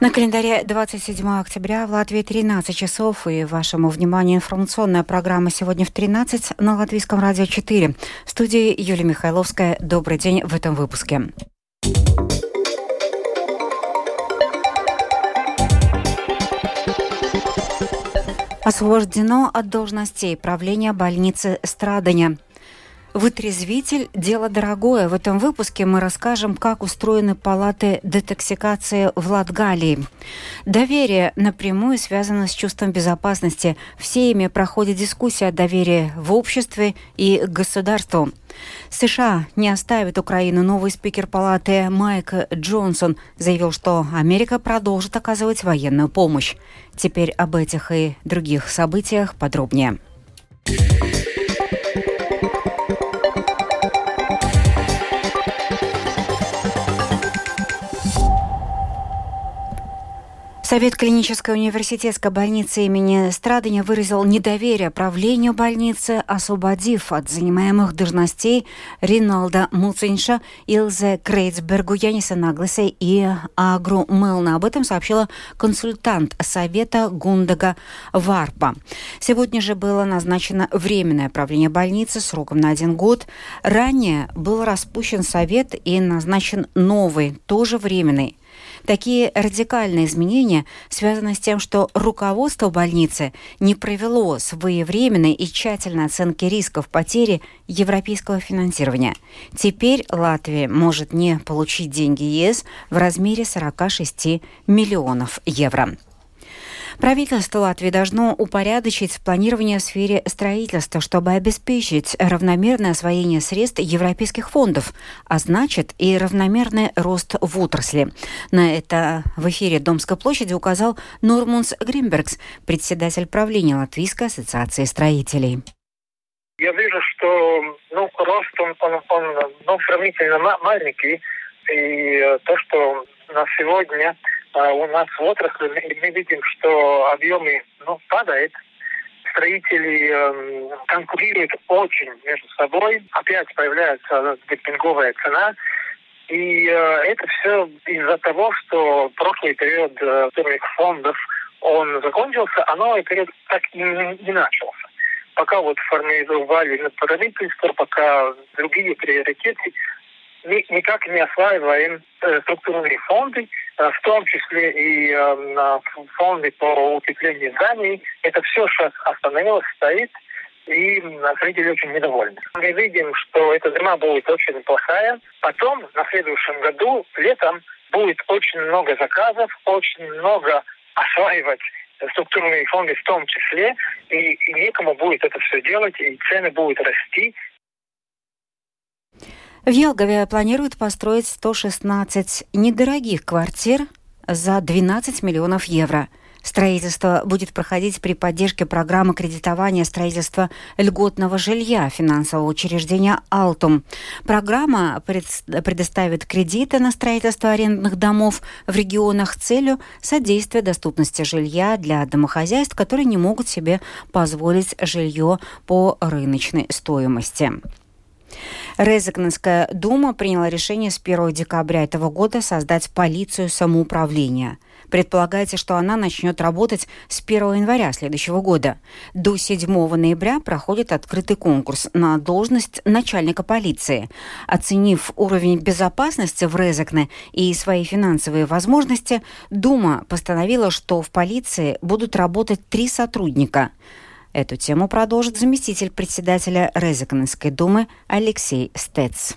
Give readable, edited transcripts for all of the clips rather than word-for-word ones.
На календаре 27 октября, в Латвии 13 часов, и вашему вниманию информационная программа сегодня в 13 на Латвийском радио 4. В студии Юлия Михайловская. Добрый день в этом выпуске. Освобождено от должностей правления больницы Страдания. Вытрезвитель – дело дорогое. В этом выпуске мы расскажем, как устроены палаты детоксикации в Латгалии. Доверие напрямую связано с чувством безопасности. В Сейме проходит дискуссия о доверии в обществе и государству. США не оставит Украину. Новый спикер палаты Майк Джонсон заявил, что Америка продолжит оказывать военную помощь. Теперь об этих и других событиях подробнее. Совет клинической университетской больницы имени Страдания выразил недоверие правлению больницы, освободив от занимаемых должностей Риналда Муцинша, Илзе Крейцбергу, Яниса Нагласа и Агру Мелна. Об этом сообщила консультант совета Гундага Варпа. Сегодня же было назначено временное правление больницы сроком на 1 год. Ранее был распущен совет и назначен новый, тоже временный. Такие радикальные изменения связаны с тем, что руководство больницы не провело своевременной и тщательной оценки рисков потери европейского финансирования. Теперь Латвия может не получить деньги ЕС в размере 46 миллионов евро. Правительство Латвии должно упорядочить планирование в сфере строительства, чтобы обеспечить равномерное освоение средств европейских фондов, а значит и равномерный рост в отрасли. На это в эфире Домской площади указал Нормунс Гримбергс, председатель правления Латвийской ассоциации строителей. Я вижу, что рост он сравнительно маленький, и то, что на сегодня у нас в отрасли мы видим, что объемы падают. Строители конкурируют очень между собой. Опять появляется демпинговая цена. И это все из-за того, что прошлый период структурных фондов он закончился, а новый период так и не начался. Пока формировали правительство, пока другие приоритеты, мы никак не осваиваем структурные фонды, в том числе и фонды по утеплению зданий. Это все сейчас остановилось, стоит, и строители очень недовольны. Мы видим, что эта зима будет очень плохая. Потом, на следующем году, летом, будет очень много заказов, очень много осваивать структурные фонды в том числе, и некому будет это все делать, и цены будут расти. В Елгове планируют построить 116 недорогих квартир за 12 миллионов евро. Строительство будет проходить при поддержке программы кредитования строительства льготного жилья финансового учреждения «Алтум». Программа предоставит кредиты на строительство арендных домов в регионах с целью содействия доступности жилья для домохозяйств, которые не могут себе позволить жилье по рыночной стоимости. Резекненская дума приняла решение с 1 декабря этого года создать полицию самоуправления. Предполагается, что она начнет работать с 1 января следующего года. До 7 ноября проходит открытый конкурс на должность начальника полиции. Оценив уровень безопасности в Резекне и свои финансовые возможности, Дума постановила, что в полиции будут работать 3 сотрудника. Эту тему продолжит заместитель председателя Резекненской думы Алексей Стец.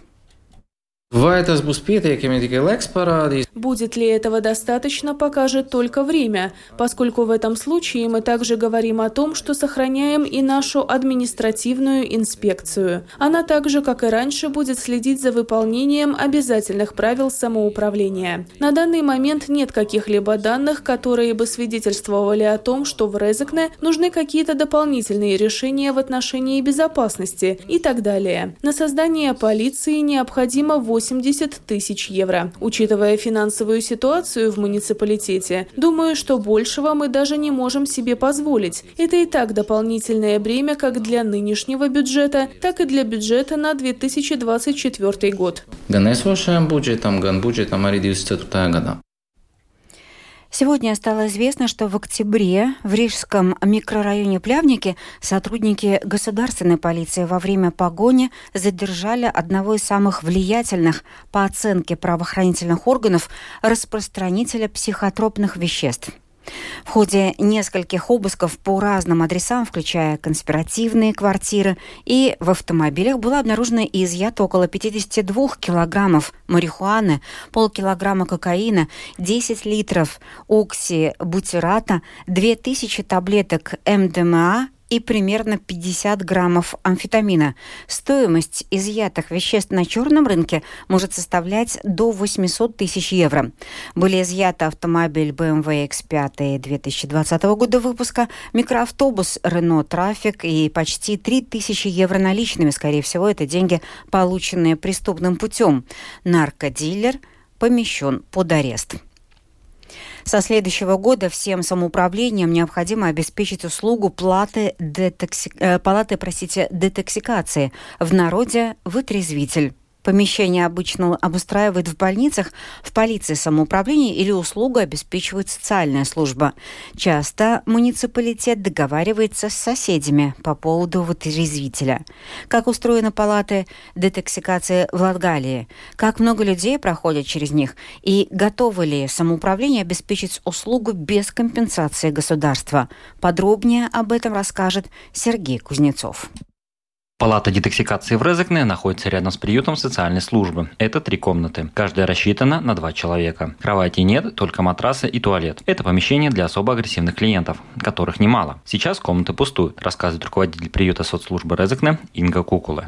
Будет ли этого достаточно, покажет только время, поскольку в этом случае мы также говорим о том, что сохраняем и нашу административную инспекцию. Она также, как и раньше, будет следить за выполнением обязательных правил самоуправления. На данный момент нет каких-либо данных, которые бы свидетельствовали о том, что в Резекне нужны какие-то дополнительные решения в отношении безопасности и так далее. На создание полиции необходимо 80 тысяч евро. Учитывая финансовую ситуацию в муниципалитете, думаю, что большего мы даже не можем себе позволить. Это и так дополнительное бремя как для нынешнего бюджета, так и для бюджета на 2024 год. Сегодня стало известно, что в октябре в рижском микрорайоне Плявники сотрудники государственной полиции во время погони задержали одного из самых влиятельных, по оценке правоохранительных органов, распространителя психотропных веществ. В ходе нескольких обысков по разным адресам, включая конспиративные квартиры, и в автомобилях было обнаружено и изъято около 52 килограммов марихуаны, полкилограмма кокаина, 10 литров оксибутирата, 2000 таблеток МДМА и примерно 50 граммов амфетамина. Стоимость изъятых веществ на черном рынке может составлять до 800 тысяч евро. Были изъяты автомобиль BMW X5 2020 года выпуска, микроавтобус Renault Trafic и почти 3000 евро наличными. Скорее всего, это деньги, полученные преступным путем. Наркодилер помещен под арест. Со следующего года всем самоуправлениям необходимо обеспечить услугу палаты детоксикации, в народе вытрезвитель. Помещение обычно обустраивают в больницах, в полиции самоуправления или услугу обеспечивает социальная служба. Часто муниципалитет договаривается с соседями по поводу вытрезвителя. Как устроены палаты детоксикации в Латгалии? Как много людей проходят через них? И готовы ли самоуправление обеспечить услугу без компенсации государства? Подробнее об этом расскажет Сергей Кузнецов. Палата детоксикации в Резекне находится рядом с приютом социальной службы. Это 3 комнаты. Каждая рассчитана на 2 человека. Кровати нет, только матрасы и туалет. Это помещение для особо агрессивных клиентов, которых немало. Сейчас комнаты пустуют, рассказывает руководитель приюта соцслужбы Резекне Инга Кукула.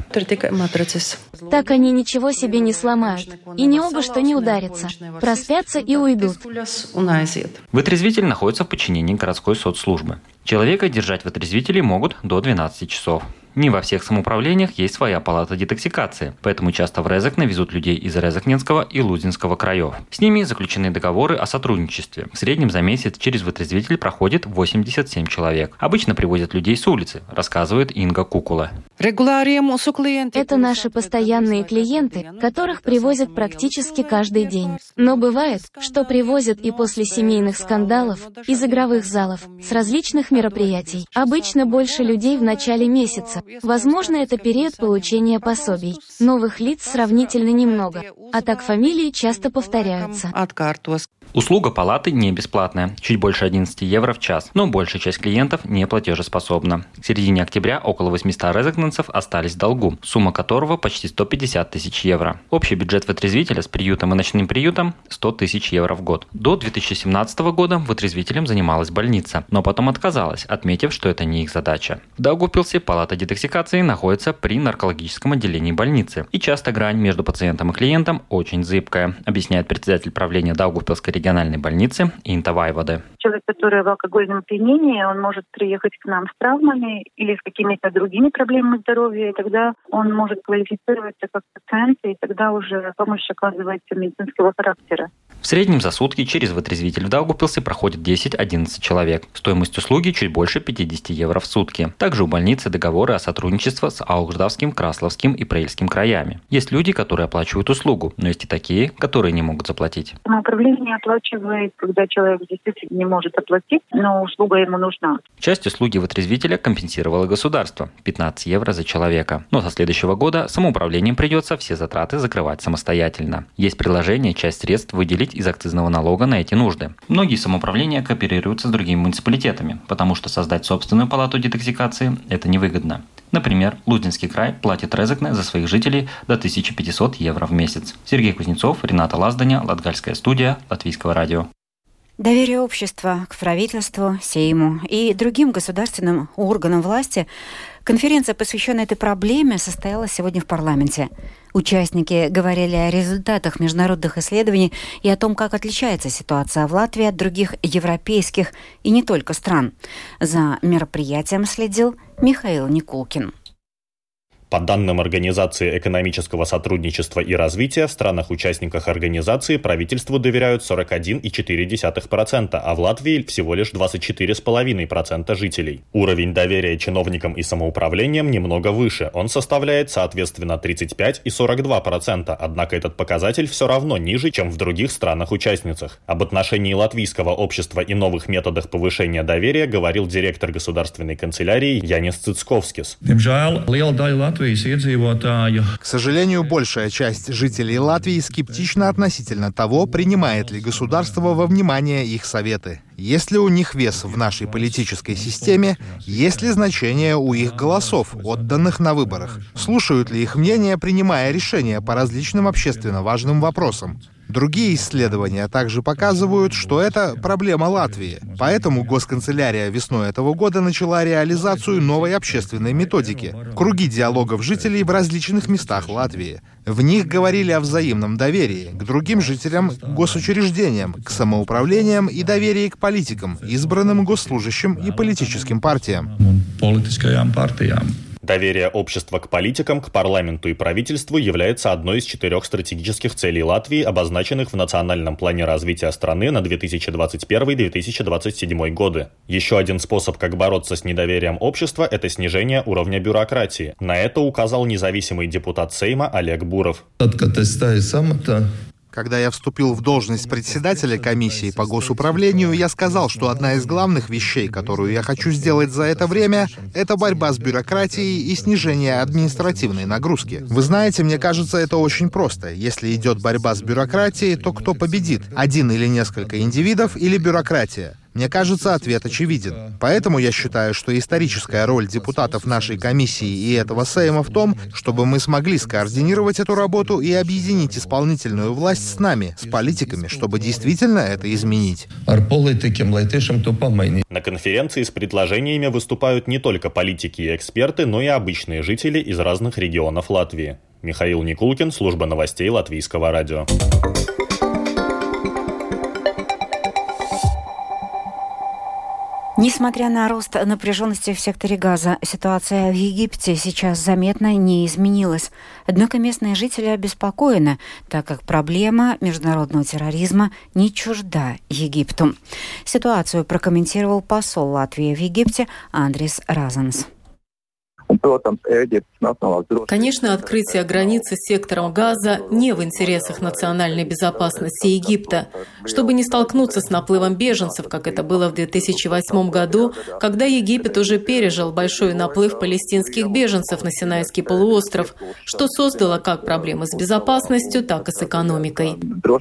Так они ничего себе не сломают. И ни обо что не ударятся. Проспятся и уйдут. Вытрезвитель находится в подчинении городской соцслужбы. Человека держать в отрезвителе могут до 12 часов. Не во всех самоуправлениях есть своя палата детоксикации, поэтому часто в Резекне везут людей из Резекненского и Лудинского краев. С ними заключены договоры о сотрудничестве. В среднем за месяц через вытрезвитель проходит 87 человек. Обычно привозят людей с улицы, рассказывает Инга Кукула. Это наши постоянные клиенты, которых привозят практически каждый день. Но бывает, что привозят и после семейных скандалов, из игровых залов, с различных мероприятий. Обычно больше людей в начале месяца. Возможно, это период получения пособий. Новых лиц сравнительно немного, а так фамилии часто повторяются. Услуга палаты не бесплатная, чуть больше 11 евро в час, но большая часть клиентов не платежеспособна. К середине октября около 800 резекненцев остались в долгу, сумма которого почти 150 тысяч евро. Общий бюджет вытрезвителя с приютом и ночным приютом – 100 тысяч евро в год. До 2017 года вытрезвителем занималась больница, но потом отказалась, отметив, что это не их задача. В Даугавпилсе палата детоксикации находится при наркологическом отделении больницы, и часто грань между пациентом и клиентом очень зыбкая, объясняет председатель правления Даугавпилской региональной больницы Инта Вайводе. Человек, который в алкогольном опьянении, он может приехать к нам с травмами или с какими-то другими проблемами здоровья, и тогда он может квалифицироваться как пациент, и тогда уже помощь оказывается медицинского характера. В среднем за сутки через вытрезвитель в Даугавпилсе проходит 10-11 человек. Стоимость услуги чуть больше 50 евро в сутки. Также у больницы договоры о сотрудничестве с Аугждавским, Красловским и Прейльским краями. Есть люди, которые оплачивают услугу, но есть и такие, которые не могут заплатить. Самоуправление оплачивает, когда человек действительно не может оплатить, но услуга ему нужна. Часть услуги вытрезвителя компенсировало государство – 15 евро за человека. Но со следующего года самоуправлением придется все затраты закрывать самостоятельно. Есть предложение часть средств выделить из акцизного налога на эти нужды. Многие самоуправления кооперируются с другими муниципалитетами, потому что создать собственную палату детоксикации – это невыгодно. Например, Лудинский край платит Резекне за своих жителей до 1500 евро в месяц. Сергей Кузнецов, Рената Лазданя, Латгальская студия, Латвийского радио. Доверие общества к правительству, Сейму и другим государственным органам власти. Конференция, посвященная этой проблеме, состоялась сегодня в парламенте. Участники говорили о результатах международных исследований и о том, как отличается ситуация в Латвии от других европейских и не только стран. За мероприятием следил Михаил Никулкин. По данным Организации экономического сотрудничества и развития, в странах-участниках организации правительству доверяют 41,4%, а в Латвии всего лишь 24,5% жителей. Уровень доверия чиновникам и самоуправлениям немного выше. Он составляет, соответственно, 35 и 42%, однако этот показатель все равно ниже, чем в других странах-участницах. Об отношении латвийского общества и новых методах повышения доверия говорил директор государственной канцелярии Янис Цицковскис. К сожалению, большая часть жителей Латвии скептична относительно того, принимает ли государство во внимание их советы. Есть ли у них вес в нашей политической системе? Есть ли значение у их голосов, отданных на выборах? Слушают ли их мнение, принимая решения по различным общественно важным вопросам? Другие исследования также показывают, что это проблема Латвии. Поэтому Госканцелярия весной этого года начала реализацию новой общественной методики — круги диалогов жителей в различных местах Латвии. В них говорили о взаимном доверии к другим жителям, к госучреждениям, к самоуправлениям и доверии к политикам, избранным госслужащим и политическим партиям. Доверие общества к политикам, к парламенту и правительству является одной из 4 стратегических целей Латвии, обозначенных в Национальном плане развития страны на 2021-2027 годы. Еще один способ, как бороться с недоверием общества, это снижение уровня бюрократии. На это указал независимый депутат Сейма Олег Буров. Когда я вступил в должность председателя комиссии по госуправлению, я сказал, что одна из главных вещей, которую я хочу сделать за это время, это борьба с бюрократией и снижение административной нагрузки. Вы знаете, мне кажется, это очень просто. Если идет борьба с бюрократией, то кто победит? Один или несколько индивидов или бюрократия? Мне кажется, ответ очевиден. Поэтому я считаю, что историческая роль депутатов нашей комиссии и этого Сейма в том, чтобы мы смогли скоординировать эту работу и объединить исполнительную власть с нами, с политиками, чтобы действительно это изменить. На конференции с предложениями выступают не только политики и эксперты, но и обычные жители из разных регионов Латвии. Михаил Никулкин, служба новостей Латвийского радио. Несмотря на рост напряженности в секторе Газа, ситуация в Египте сейчас заметно не изменилась. Однако местные жители обеспокоены, так как проблема международного терроризма не чужда Египту. Ситуацию прокомментировал посол Латвии в Египте Андрис Разанс. Конечно, открытие границы с сектором Газа не в интересах национальной безопасности Египта. Чтобы не столкнуться с наплывом беженцев, как это было в 2008 году, когда Египет уже пережил большой наплыв палестинских беженцев на Синайский полуостров, что создало как проблемы с безопасностью, так и с экономикой.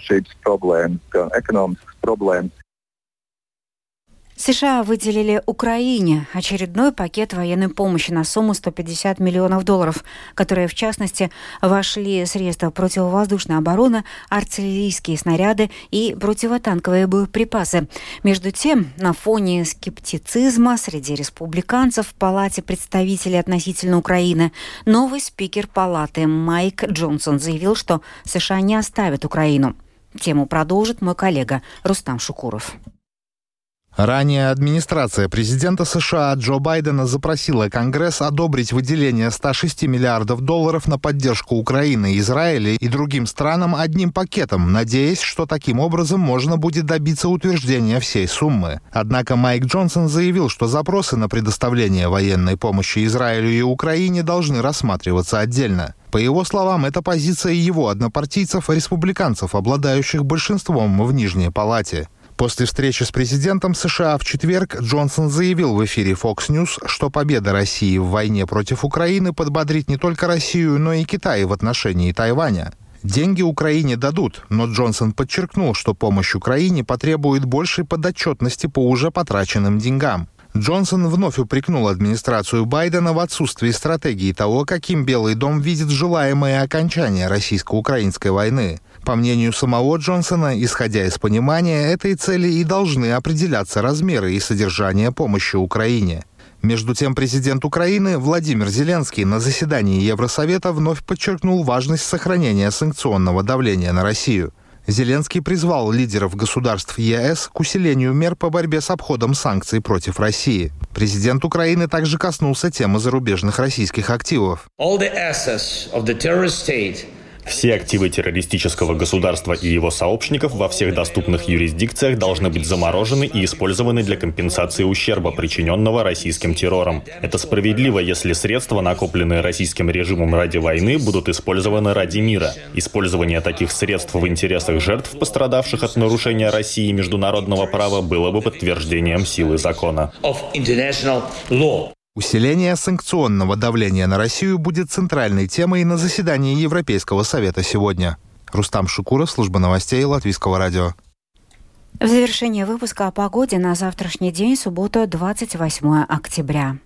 США выделили Украине очередной пакет военной помощи на сумму $150 миллионов, которые, в частности, вошли средства противовоздушной обороны, артиллерийские снаряды и противотанковые боеприпасы. Между тем, на фоне скептицизма среди республиканцев в Палате представителей относительно Украины, новый спикер Палаты Майк Джонсон заявил, что США не оставят Украину. Тему продолжит мой коллега Рустам Шукуров. Ранее администрация президента США Джо Байдена запросила Конгресс одобрить выделение $106 миллиардов на поддержку Украины, Израиля и другим странам одним пакетом, надеясь, что таким образом можно будет добиться утверждения всей суммы. Однако Майк Джонсон заявил, что запросы на предоставление военной помощи Израилю и Украине должны рассматриваться отдельно. По его словам, это позиция его однопартийцев-республиканцев, обладающих большинством в Нижней Палате. После встречи с президентом США в четверг Джонсон заявил в эфире Fox News, что победа России в войне против Украины подбодрит не только Россию, но и Китай в отношении Тайваня. Деньги Украине дадут, но Джонсон подчеркнул, что помощь Украине потребует большей подотчетности по уже потраченным деньгам. Джонсон вновь упрекнул администрацию Байдена в отсутствии стратегии того, каким Белый дом видит желаемое окончание российско-украинской войны. По мнению самого Джонсона, исходя из понимания этой цели и должны определяться размеры и содержание помощи Украине. Между тем, президент Украины Владимир Зеленский на заседании Евросовета вновь подчеркнул важность сохранения санкционного давления на Россию. Зеленский призвал лидеров государств ЕС к усилению мер по борьбе с обходом санкций против России. Президент Украины также коснулся темы зарубежных российских активов. Все активы террористического государства и его сообщников во всех доступных юрисдикциях должны быть заморожены и использованы для компенсации ущерба, причиненного российским террором. Это справедливо, если средства, накопленные российским режимом ради войны, будут использованы ради мира. Использование таких средств в интересах жертв, пострадавших от нарушения России международного права, было бы подтверждением силы закона. Усиление санкционного давления на Россию будет центральной темой на заседании Европейского совета сегодня. Рустам Шукуров, служба новостей Латвийского радио. В завершение выпуска о погоде на завтрашний день, субботу, 28 октября.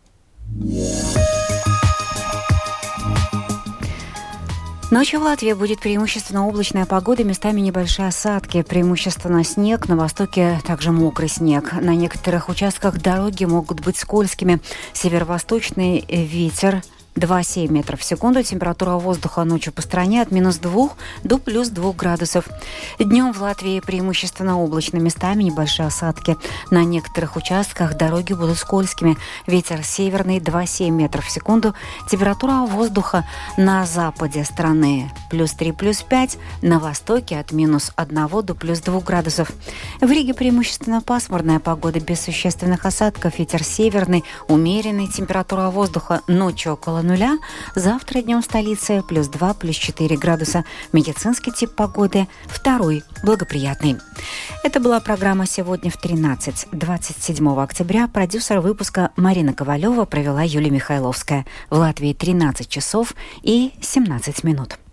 Ночью в Латвии будет преимущественно облачная погода, местами небольшие осадки, преимущественно снег, на востоке также мокрый снег. На некоторых участках дороги могут быть скользкими. Северо-восточный ветер 2,7 метров в секунду. Температура воздуха ночью по стране от -2 до +2 градусов. Днем в Латвии преимущественно облачно, местами небольшие осадки. На некоторых участках дороги будут скользкими. Ветер северный 2,7 метров в секунду. Температура воздуха на западе страны +3, +5. На востоке от -1 до +2 градусов. В Риге преимущественно пасмурная погода без существенных осадков. Ветер северный, умеренный. Температура воздуха ночью около нуля. Завтра днем в столице +2, +4 градуса. Медицинский тип погоды второй, благоприятный. Это была программа «Сегодня в 13». 27 октября продюсер выпуска Марина Ковалева, провела Юлия Михайловская. В Латвии 13 часов и 17 минут.